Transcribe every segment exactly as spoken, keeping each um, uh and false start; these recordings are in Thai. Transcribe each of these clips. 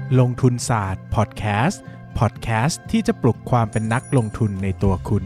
ลงทุนศาสตร์พอดแคสต์พอดแคสต์ที่จะปลุกความเป็นนักลงทุนในตัวคุณ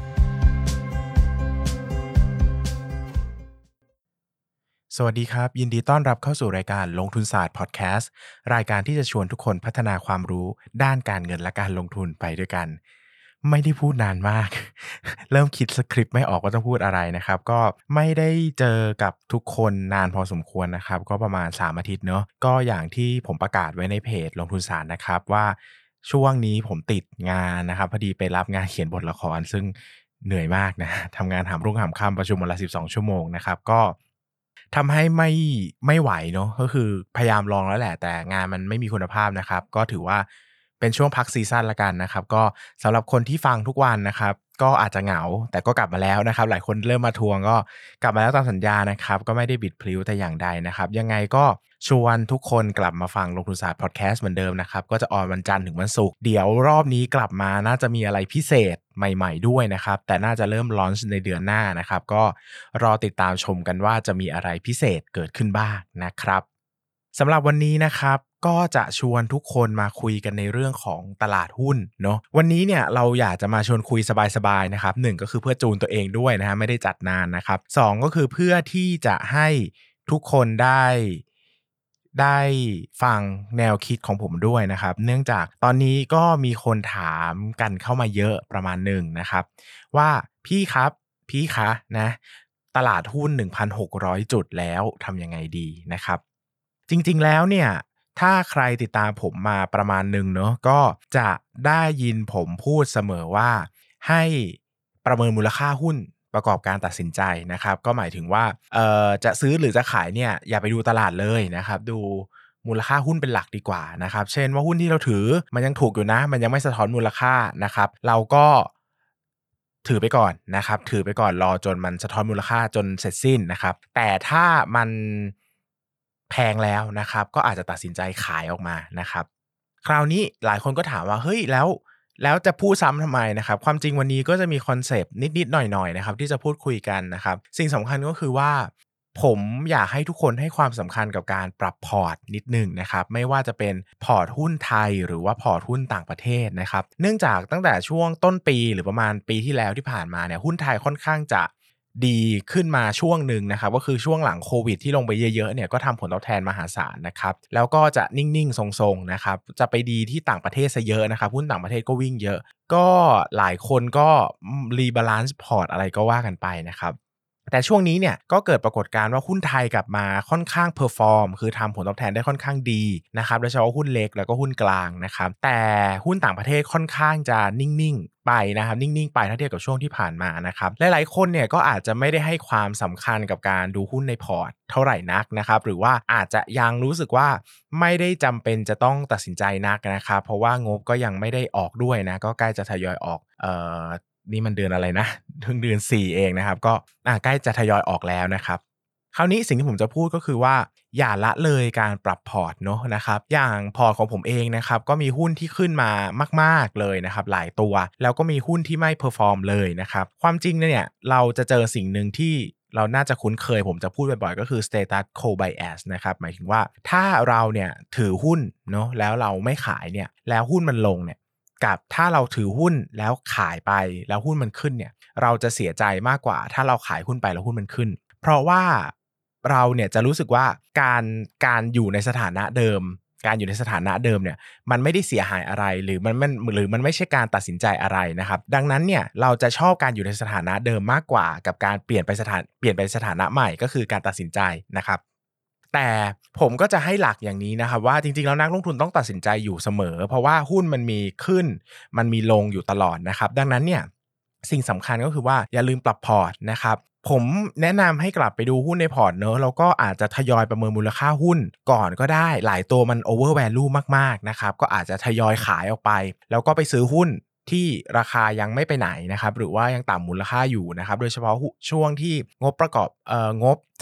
สวัสดีครับยินดีต้อนรับเข้าสู่รายการลงทุนศาสตร์พอดแคสต์รายการที่จะชวนทุกคนพัฒนาความรู้ด้านการเงินและการลงทุนไปด้วยกันไม่ได้พูดนานมาก เริ่มคิดสคริปต์ไม่ออกว่าต้องพูดอะไรนะครับก็ไม่ได้เจอกับทุกคนนานพอสมควรนะครับก็ประมาณสามอาทิตย์เนาะก็อย่างที่ผมประกาศไว้ในเพจลงทุนศาสตร์นะครับว่าช่วงนี้ผมติดงานนะครับพอดีไปรับงานเขียนบทละครซึ่งเหนื่อยมากนะทำงานหามรุ่งหามค่ำประชุมวันละสิบสองชั่วโมงนะครับก็ทำให้ไม่ไม่ไหวเนาะก็คือพยายามลองแล้วแหละแต่งานมันไม่มีคุณภาพนะครับก็ถือว่าเป็นช่วงพักซีซั่นละกันนะครับก็สำหรับคนที่ฟังทุกวันนะครับก็อาจจะเหงาแต่ก็กลับมาแล้วนะครับหลายคนเริ่มมาทวงก็กลับมาแล้วตามสัญญานะครับก็ไม่ได้บิดพลิ้วแต่อย่างใดนะครับยังไงก็ชวนทุกคนกลับมาฟังลงทุนศาสตร์พอดแคสต์เหมือนเดิมนะครับก็จะออนวันจันทร์ถึงวันศุกร์เดี๋ยวรอบนี้กลับมาน่าจะมีอะไรพิเศษใหม่ๆด้วยนะครับแต่น่าจะเริ่มลอนช์ในเดือนหน้านะครับก็รอติดตามชมกันว่าจะมีอะไรพิเศษเกิดขึ้นบ้างนะครับสำหรับวันนี้นะครับก็จะชวนทุกคนมาคุยกันในเรื่องของตลาดหุ้นเนาะวันนี้เนี่ยเราอยากจะมาชวนคุยสบายๆนะครับหนึ่งก็คือเพื่อจูนตัวเองด้วยนะฮะไม่ได้จัดนานนะครับสองก็คือเพื่อที่จะให้ทุกคนได้ได้ฟังแนวคิดของผมด้วยนะครับเนื่องจากตอนนี้ก็มีคนถามกันเข้ามาเยอะประมาณหนึ่งนะครับว่าพี่ครับพี่คะนะตลาดหุ้น หนึ่งพันหกร้อย จุดแล้วทำยังไงดีนะครับจริงๆแล้วเนี่ยถ้าใครติดตามผมมาประมาณหนึ่งเนาะก็จะได้ยินผมพูดเสมอว่าให้ประเมินมูลค่าหุ้นประกอบการตัดสินใจนะครับก็หมายถึงว่าเอ่อจะซื้อหรือจะขายเนี่ยอย่าไปดูตลาดเลยนะครับดูมูลค่าหุ้นเป็นหลักดีกว่านะครับเช่นว่าหุ้นที่เราถือมันยังถูกอยู่นะมันยังไม่สะท้อนมูลค่านะครับเราก็ถือไปก่อนนะครับถือไปก่อนรอจนมันสะท้อนมูลค่าจนเสร็จสิ้นนะครับแต่ถ้ามันแพงแล้วนะครับก็อาจจะตัดสินใจขายออกมานะครับคราวนี้หลายคนก็ถามว่าเฮ้ยแล้วแล้วจะพูดซ้ำทำไมนะครับความจริงวันนี้ก็จะมีคอนเซปต์นิดๆหน่อยๆนะครับที่จะพูดคุยกันนะครับสิ่งสำคัญก็คือว่าผมอยากให้ทุกคนให้ความสำคัญกับการปรับพอร์ตนิดหนึ่งนะครับไม่ว่าจะเป็นพอร์ตหุ้นไทยหรือว่าพอร์ตหุ้นต่างประเทศนะครับเนื่องจากตั้งแต่ช่วงต้นปีหรือประมาณปีที่แล้วที่ผ่านมาเนี่ยหุ้นไทยค่อนข้างจะดีขึ้นมาช่วงหนึ่งนะครับก็คือช่วงหลังโควิดที่ลงไปเยอะๆเนี่ยก็ทำผลตอบแทนมหาศาลนะครับแล้วก็จะนิ่งๆทรงๆนะครับจะไปดีที่ต่างประเทศซะเยอะนะครับหุ้นต่างประเทศก็วิ่งเยอะก็หลายคนก็รีบาลานซ์พอร์ตอะไรก็ว่ากันไปนะครับแต่ช่วงนี้เนี่ยก็เกิดปรากฏการณ์ว่าหุ้นไทยกลับมาค่อนข้างเพอร์ฟอร์มคือทำผลตอบแทนได้ค่อนข้างดีนะครับโดยเฉพาะหุ้นเล็กแล้วก็หุ้นกลางนะครับแต่หุ้นต่างประเทศค่อนข้างจะนิ่งๆไปนะครับนิ่งๆไปถ้าเทียบกับช่วงที่ผ่านมานะครับหลายๆคนเนี่ยก็อาจจะไม่ได้ให้ความสำคัญกับการดูหุ้นในพอร์ตเท่าไหร่นักนะครับหรือว่าอาจจะยังรู้สึกว่าไม่ได้จำเป็นจะต้องตัดสินใจนักนะครับเพราะว่างบก็ยังไม่ได้ออกด้วยนะก็ใกล้จะทยอยออกเอ่อนี่มันเดือนอะไรนะเพิ่งเดือนสี่เองนะครับก็อ่าใกล้จะทยอยออกแล้วนะครับคราวนี้สิ่งที่ผมจะพูดก็คือว่าอย่าละเลยการปรับพอร์ตเนาะนะครับอย่างพอร์ตของผมเองนะครับก็มีหุ้นที่ขึ้นมามากๆเลยนะครับหลายตัวแล้วก็มีหุ้นที่ไม่เพอร์ฟอร์มเลยนะครับความจริงเนี่ยเราจะเจอสิ่งหนึ่งที่เราน่าจะคุ้นเคยผมจะพูดบ่อยๆก็คือ status quo bias นะครับหมายถึงว่าถ้าเราเนี่ยถือหุ้นเนาะแล้วเราไม่ขายเนี่ยแล้วหุ้นมันลงเนี่ยกับถ้าเราถือหุ้นแล้วขายไปแล้วหุ้นมันขึ้นเนี่ยเราจะเสียใจมากกว่าถ้าเราขายหุ้นไปแล้วหุ้นมันขึ้นเพราะว่าเราเนี่ยจะรู้สึกว่าการการอยู่ในสถานะเดิมการอยู่ในสถานะเดิมเนี่ยมันไม่ได้เสียหายอะไรหรือมันมันหรือมันไม่ใช่การตัดสินใจอะไรนะครับดังนั้นเนี่ยเราจะชอบการอยู่ในสถานะเดิมมากกว่ากับการเปลี่ยนไปสถานเปลี่ยนไปสถานะใหม่ก็คือการตัดสินใจนะครับแต่ผมก็จะให้หลักอย่างนี้นะครับว่าจริงๆแล้วนักลงทุนต้องตัดสินใจอยู่เสมอเพราะว่าหุ้นมันมีขึ้นมันมีลงอยู่ตลอดนะครับดังนั้นเนี่ยสิ่งสำคัญก็คือว่าอย่าลืมปรับพอร์ตนะครับผมแนะนำให้กลับไปดูหุ้นในพอร์ตเนอะแล้วก็อาจจะทยอยประเมินมูลค่าหุ้นก่อนก็ได้หลายตัวมัน over value มากๆนะครับก็อาจจะทยอยขายออกไปแล้วก็ไปซื้อหุ้นที่ราคายังไม่ไปไหนนะครับหรือว่ายังต่ำมูลค่าอยู่นะครับโดยเฉพาะช่วงที่งบประกอบเอ่องบ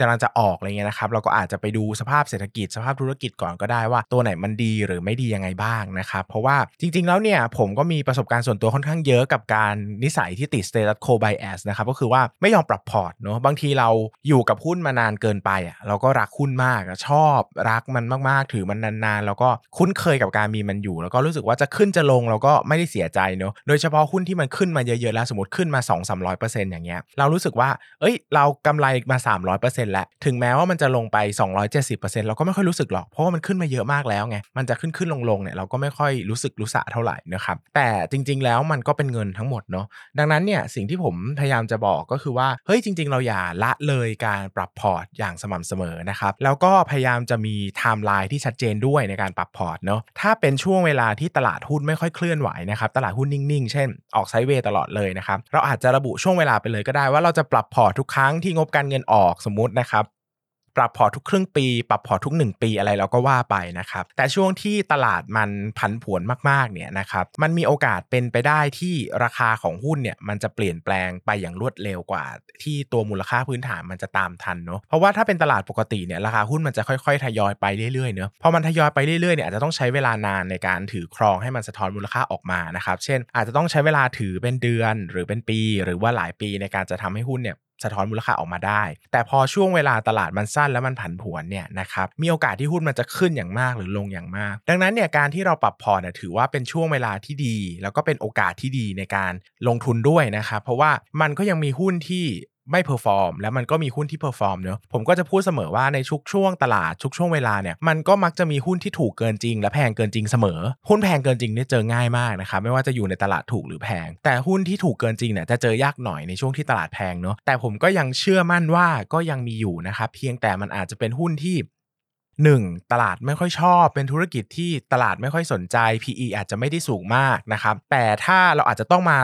กำลังจะออกอะไรเงี้ยนะครับเราก็อาจจะไปดูสภาพเศรษฐกิจสภาพธุรกิจก่อนก็ได้ว่าตัวไหนมันดีหรือไม่ดียังไงบ้างนะครับเพราะว่าจริงๆแล้วเนี่ยผมก็มีประสบการณ์ส่วนตัวค่อนข้างเยอะกับการนิสัยที่ติด status quo bias นะครับก็คือว่าไม่ยอมปรับพอร์ตเนาะบางทีเราอยู่กับหุ้นมานานเกินไปอ่ะเราก็รักหุ้นมากชอบรักมันมากๆถือมันนานๆแล้วก็คุ้นเคยกับการมีมันอยู่แล้วก็รู้สึกว่าจะขึ้นจะลงเราก็ไม่ได้เสียใจเนาะโดยเฉพาะหุ้นที่มันขึ้นมาเยอะๆแล้วสมมติขึ้นมา สองถึงสามร้อยเปอร์เซ็นต์ อย่างเงี้ยเรารู้สึกว่าเอ้ยเรากำไรมา สามร้อยเปอร์เซ็นต์ แล้วถึงแม้ว่ามันจะลงไป สองร้อยเจ็ดสิบเปอร์เซ็นต์ เราก็ไม่ค่อยรู้สึกหรอกเพราะว่ามันขึ้นมาเยอะมากแล้วไงมันจะขึ้นๆลงๆเนี่ยเราก็ไม่ค่อยรู้สึกรู้สะเท่าไหร่นะครับแต่จริงๆแล้วมันก็เป็นเงินทั้งหมดเนาะดังนั้นเนี่ยสิ่งที่ผมพยายามจะบอกก็คือว่าเฮ้ยจริงๆเราอย่าละเลยการปรับพอร์ตอย่างสม่ำเสมอนะครับแล้วก็พยายามจะมีไทม์ไลน์ที่ชัดเจนด้วยในการปรับพอร์ตเนาะถ้าเป็นช่วงเวลาที่ตลาดหุ้นไม่ค่อยเคลื่อนไหวนะครับตลาดหุ้นนิ่งๆเช่นออกไซด์เวย์ตลอดเลยนะครับเราอาจจะระบุช่วงเวลาไปเลยก็ได้ว่าเราจะปรับพอร์ตทุกครั้งที่งบการเงินออกสมมุตินะครับปรับพอร์ตทุกครึ่งปีปรับพอร์ตทุกหนึ่งปีอะไรเราก็ว่าไปนะครับแต่ช่วงที่ตลาดมันผันผวนมากๆเนี่ยนะครับมันมีโอกาสเป็นไปได้ที่ราคาของหุ้นเนี่ยมันจะเปลี่ยนแปลงไปอย่างรวดเร็วกว่าที่ตัวมูลค่าพื้นฐานมันจะตามทันเนาะเพราะว่าถ้าเป็นตลาดปกติเนี่ยราคาหุ้นมันจะค่อยๆทยอยไปเรื่อยๆเนาะพอมันทยอยไปเรื่อยๆเนี่ยอาจจะต้องใช้เวลานานในการถือครองให้มันสะท้อนมูลค่าออกมานะครับเช่นอาจจะต้องใช้เวลาถือเป็นเดือนหรือเป็นปีหรือว่าหลายปีในการจะทำให้หุ้นเนี่ยสะท้อนมูลค่าออกมาได้แต่พอช่วงเวลาตลาดมันสั้นแล้วมันผันผวนเนี่ยนะครับมีโอกาสที่หุ้นมันจะขึ้นอย่างมากหรือลงอย่างมากดังนั้นเนี่ยการที่เราปรับพอร์ตเนี่ยถือว่าเป็นช่วงเวลาที่ดีแล้วก็เป็นโอกาสที่ดีในการลงทุนด้วยนะครับเพราะว่ามันก็ยังมีหุ้นที่ไม่เพอร์ฟอร์มแล้วมันก็มีหุ้นที่เพอร์ฟอร์มเนอะผมก็จะพูดเสมอว่าในทุกช่วงตลาดทุกช่วงเวลาเนี่ยมันก็มักจะมีหุ้นที่ถูกเกินจริงและแพงเกินจริงเสมอหุ้นแพงเกินจริงเนี่ยเจอง่ายมากนะครับไม่ว่าจะอยู่ในตลาดถูกหรือแพงแต่หุ้นที่ถูกเกินจริงเนี่ยจะเจอยากหน่อยในช่วงที่ตลาดแพงเนอะแต่ผมก็ยังเชื่อมั่นว่าก็ยังมีอยู่นะครับเพียงแต่มันอาจจะเป็นหุ้นที่หนึ่งตลาดไม่ค่อยชอบเป็นธุรกิจที่ตลาดไม่ค่อยสนใจ พี อี อาจจะไม่ได้สูงมากนะครับแต่ถ้าเราอาจจะต้องมา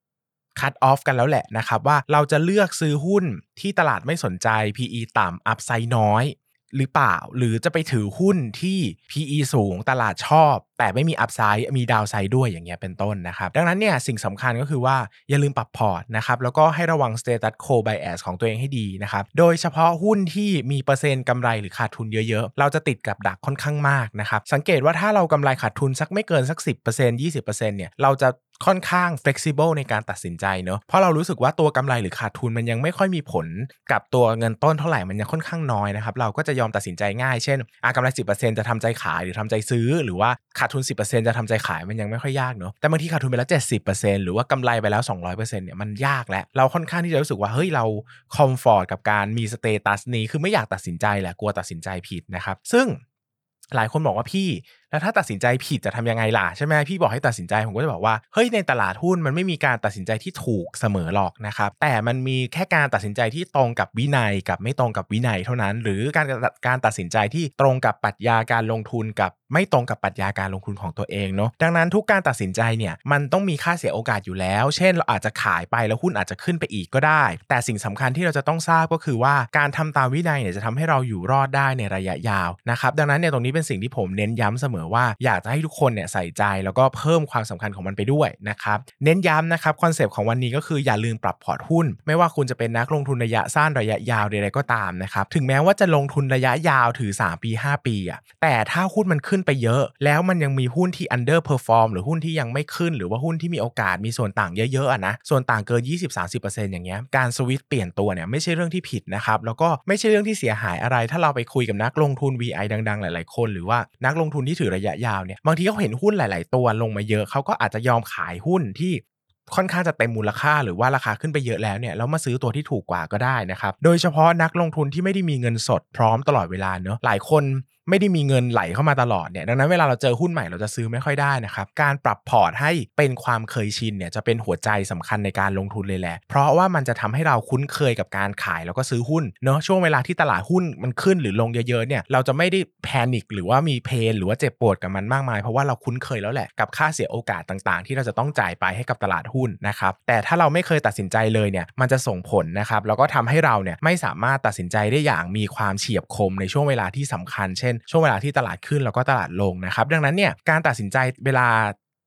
cut off กันแล้วแหละนะครับว่าเราจะเลือกซื้อหุ้นที่ตลาดไม่สนใจ พี อี ต่ำ Upside น้อยหรือเปล่าหรือจะไปถือหุ้นที่ พี อี สูงตลาดชอบแต่ไม่มี Upside มี Downside ด้วยอย่างเงี้ยเป็นต้นนะครับดังนั้นเนี่ยสิ่งสำคัญก็คือว่าอย่าลืมปรับพอร์ตนะครับแล้วก็ให้ระวัง Status Quo Bias ของตัวเองให้ดีนะครับโดยเฉพาะหุ้นที่มีเปอร์เซ็นต์กำไรหรือขาดทุนเยอะๆเราจะติดกับดักค่อนข้างมากนะครับสังเกตว่าถ้าเรากำไรขาดทุนสักไม่เกินสัก สิบเปอร์เซ็นต์ ยี่สิบเปอร์เซ็นต์ เนี่ยเราจะค่อนข้าง flexible ในการตัดสินใจเนาะเพราะเรารู้สึกว่าตัวกำไรหรือขาดทุนมันยังไม่ค่อยมีผลกับตัวเงินต้นเท่าไหร่มันยังค่อนข้างน้อยนะครับเราก็จะยอมตัดสินใจง่ายเช่นอ่ะกำไร สิบเปอร์เซ็นต์ จะทำใจขายหรือทำใจซื้อหรือว่าขาดทุน สิบเปอร์เซ็นต์ จะทำใจขายมันยังไม่ค่อยยากเนาะแต่บางทีขาดทุนไปแล้ว เจ็ดสิบเปอร์เซ็นต์ หรือว่ากำไรไปแล้ว สองร้อยเปอร์เซ็นต์ เนี่ยมันยากแล้วเราค่อนข้างที่จะรู้สึกว่าเฮ้ยเราคอมฟอร์ตกับการมีสเตตัสนี้คือไม่อยากตัดสินใจแหละกลัวตัดสินใจผิดนะครับซึ่งหลายคนบอกว่าพี่แล้วถ้าตัดสินใจผิดจะทำยังไงล่ะใช่ไหมพี่บอกให้ตัดสินใจผมก็จะบอกว่าเฮ้ยในตลาดหุ้นมันไม่มีการตัดสินใจที่ถูกเสมอหรอกนะครับแต่มันมีแค่การตัดสินใจที่ตรงกับวินัยกับไม่ตรงกับวินัยเท่านั้นหรือการการตัดสินใจที่ตรงกับปรัชญาการลงทุนกับไม่ตรงกับปรัชญาการลงทุนของตัวเองเนาะดังนั้นทุกการตัดสินใจเนี่ยมันต้องมีค่าเสียโอกาสอยู่แล้วเช่นเราอาจจะขายไปแล้วหุ้นอาจจะขึ้นไปอีกก็ได้แต่สิ่งสำคัญที่เราจะต้องทราบก็คือว่าการทำตามวินัยเนี่ยจะทำให้เราอยู่รอดได้ในระยะยาวนะครับดังนั้นเนี่ยตรงนี้เป็นสิ่งที่ผมเน้นย้ำเสมอว่าอยากจะให้ทุกคนเนี่ยใส่ใจแล้วก็เพิ่มความสำคัญของมันไปด้วยนะครับเน้นย้ำนะครับคอนเซปต์ของวันนี้ก็คืออย่าลืมปรับพอร์ตหุ้นไม่ว่าคุณจะเป็นนักลงทุนระยะสั้นระยะยาวใดๆก็ตามนะครับถึงแม้ว่าจะลงทุนระยะยาวถือสามปีห้าปีอ่ะแต่ถ้าหุ้นมันขึ้นไปเยอะแล้วมันยังมีหุ้นที่ underperform หรือหุ้นที่ยังไม่ขึ้นหรือว่าหุ้นที่มีโอกาสมีส่วนต่างเยอะๆอ่ะนะส่วนต่างเกิน ยี่สิบถึงสามสิบเปอร์เซ็นต์ อย่างเงี้ยการสวิตช์เปลี่ยนตัวเนี่ยไม่ใช่เรื่องที่ผิดนะครับแล้วก็ไม่ใช่เรื่องที่เสียหายอะไรถ้าเราไปคุยกับนักลงทุน วี ไอ ดังๆหลายๆคนหรือว่านักลงทุนที่ถือระยะยาวเนี่ยบางทีเขาเห็นหุ้นหลายๆตัวลงมาเยอะเขาก็อาจจะยอมขายหุ้นที่ค่อนข้างจะเต็มมูลค่าหรือว่าราคาขึ้นไปเยอะแล้วเนี่ยแล้วมาซื้อตัวที่ถูกกว่าก็ได้นะครับโดยเฉพาะนักลงทุนที่ไม่ได้มีเงินสดพร้อมตลอดเวลาเนอะหลายคนไม่ได้มีเงินไหลเข้ามาตลอดเนี่ยดังนั้นเวลาเราเจอหุ้นใหม่เราจะซื้อไม่ค่อยได้นะครับการปรับพอร์ตให้เป็นความเคยชินเนี่ยจะเป็นหัวใจสำคัญในการลงทุนเลยแหละเพราะว่ามันจะทำให้เราคุ้นเคยกับการขายแล้วก็ซื้อหุ้นเนอะช่วงเวลาที่ตลาดหุ้นมันขึ้นหรือลงเยอะๆเนี่ยเราจะไม่ได้แพนิคหรือว่ามีเพนหรือว่าเจ็บปวดกับมันมากมายเพราะว่าเราคุ้นเคยแล้วแหละกับค่าเสียโอกาสต่างๆที่เราจะต้องจ่ายไปให้กับตลาดหุ้นนะครับแต่ถ้าเราไม่เคยตัดสินใจเลยเนี่ยมันจะส่งผลนะครับแล้วก็ทำให้เราเนี่ยไม่สามารถตัดสินใจได้อย่างมีความเฉียบคมในช่วงเวลาที่สำคัญเช่นช่วงเวลาที่ตลาดขึ้นแล้วก็ตลาดลงนะครับดังนั้นเนี่ยการตัดสินใจเวลา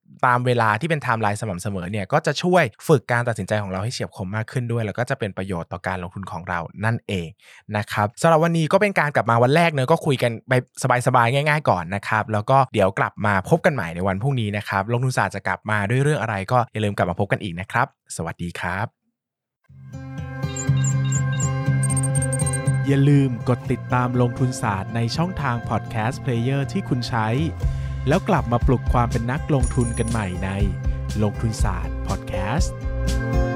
ตามเวลาที่เป็นไทม์ไลน์สม่ำเสมอเนี่ยก็จะช่วยฝึกการตัดสินใจของเราให้เฉียบคมมากขึ้นด้วยแล้วก็จะเป็นประโยชน์ต่อการลงทุนของเรานั่นเองนะครับสำหรับวันนี้ก็เป็นการกลับมาวันแรกเนอะก็คุยกันไปสบายๆง่ายๆก่อนนะครับแล้วก็เดี๋ยวกลับมาพบกันใหม่ในวันพรุ่งนี้นะครับลงทุนศาสตร์จะกลับมาด้วยเรื่องอะไรก็อย่าลืมกลับมาพบกันอีกนะครับสวัสดีครับอย่าลืมกดติดตามลงทุนศาสตร์ในช่องทางพอดแคสต์เพลเยอร์ที่คุณใช้แล้วกลับมาปลุกความเป็นนักลงทุนกันใหม่ในลงทุนศาสตร์พอดแคสต์